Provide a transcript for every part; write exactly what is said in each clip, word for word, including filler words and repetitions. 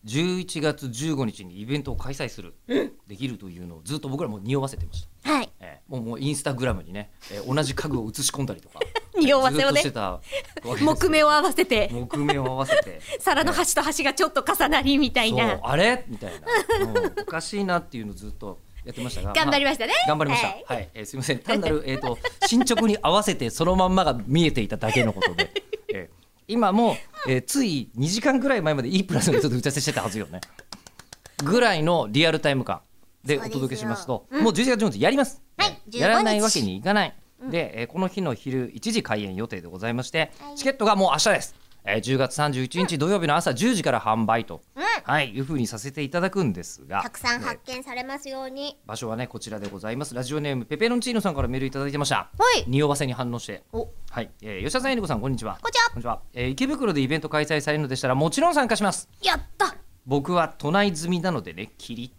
じゅういちがつじゅうごにちにイベントを開催する、うん、できるというのをずっと僕らも匂わせてました、 はいえー、もうもうインスタグラムにね、えー、同じ家具を写し込んだりとか匂わせをねずっとしてた木目を合わせて木目を合わせて皿の端と端がちょっと重なりみたいな、 そうあれみたいな、もうおかしいなっていうのをずっとやってましたが頑張りましたね、 まあ、頑張りました、はいはい、えー、すみません単なる、えー、と進捗に合わせてそのまんまが見えていただけのことで、えー、今も、えー、ついにじかんぐらい前までいいプラスの人と打ち合わせしてたはずよねぐらいのリアルタイム感でお届けしますと、うん、もうじゅういちがつじゅうごにちやります、 はい、 やらないわけにいかない、うん、で、えー、この日の昼いちじ開演予定でございまして、はい、チケットがもう明日です、えー、じゅうがつさんじゅういちにち土曜日の朝じゅうじから販売と、うん、はい、いう風にさせていただくんですが、 たくさん発見されますように、 ね、場所はねこちらでございます。ラジオネームペペロンチーノさんからメールいただいてました。 はい、 匂わせに反応して、 お、 はい、えー、吉田さん、えりこさん、こんにちは。 こんにちは。 こんにちは、えー、池袋でイベント開催されるのでしたらもちろん参加します。 やった。 僕は都内済みなのでね、キリ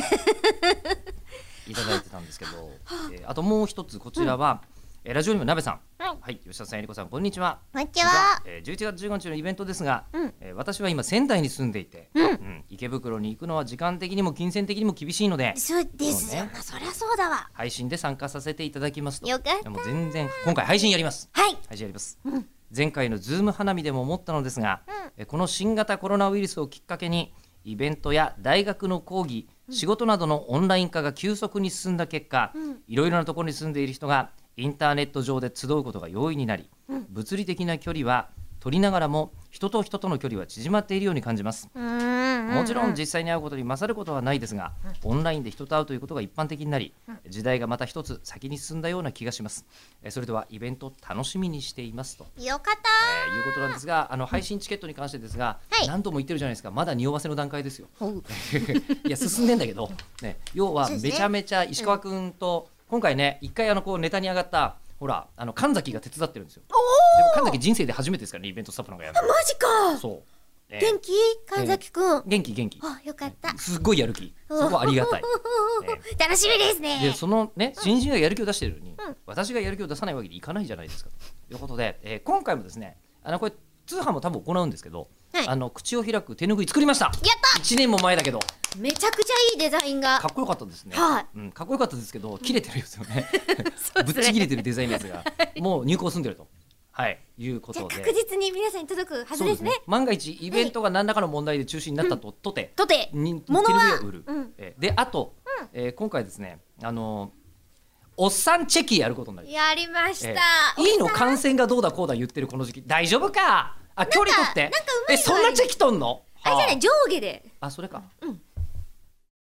いただいてたんですけど、えー、あともう一つこちらは、うん、えー、ラジオネームなべさん、はい、はい、吉田さん、えりこさん、こんにちは。 こんにちは。 えー、じゅういちがつじゅうごにちのイベントですが、うん、えー、私は今仙台に住んでいて、うんうん、池袋に行くのは時間的にも金銭的にも厳しいので、 そうですよ、ね、そりゃそうだわ。 配信で参加させていただきますと。 よかった。 もう全然今回配信やります。 はい、 配信やります、 うん、 前回のズーム花見でも思ったのですが、うん、この新型コロナウイルスをきっかけにイベントや大学の講義、仕事などのオンライン化が急速に進んだ結果、うん、いろいろなところに住んでいる人がインターネット上で集うことが容易になり、うん、物理的な距離は取りながらも人と人との距離は縮まっているように感じます。 うんうんうん、 もちろん実際に会うことに勝ることはないですが、うん、オンラインで人と会うということが一般的になり、うん、時代がまた一つ先に進んだような気がします。えそれではイベント楽しみにしていますと。 よかった、 えー、いうことなんですが、あの配信チケットに関してですが、うん、何度も言ってるじゃないですか、まだ匂わせの段階ですよいや進んでんだけど、ね、要はめちゃめちゃ石川君と、うん、今回ね一回あのこうネタに上がったほらあの神崎が手伝ってるんですよ。でも神崎人生で初めてですからね、イベントスタッフなんかやる。 マジか。 そう、 えー、元気神崎くん、 えー、元気元気。 あ、よかった。 すっごいやる気、そこはありがたい、 えー、楽しみですね。 でそのね新人がやる気を出してるのに、うん、私がやる気を出さないわけにいかないじゃないですかということで、えー、今回もですねあのこれ通販も多分行うんですけど、はい、あの口を開く手ぬぐい作りました。やったいちねんも前だけどめちゃくちゃいいデザインがかっこよかったですね、 はい、 うん、かっこよかったですけど切れてるんですよねぶっちぎれてるデザインのやつがもう入稿済んでると、はい、いうことで確実に皆さんに届くはずですね。 ですね、万が一イベントが何らかの問題で中止になったと、はい、とてとてに手ぬぐいを売る、 うん、 えであと、うん、えー、今回ですねあのーおっさんチェキやることになります。やりました、えー、いいの感染がどうだこうだ言ってるこの時期大丈夫か。あ、距離取って。え、そんなチェキ取んの。 あ、じゃあね、上下で。 あ、それか、 うん、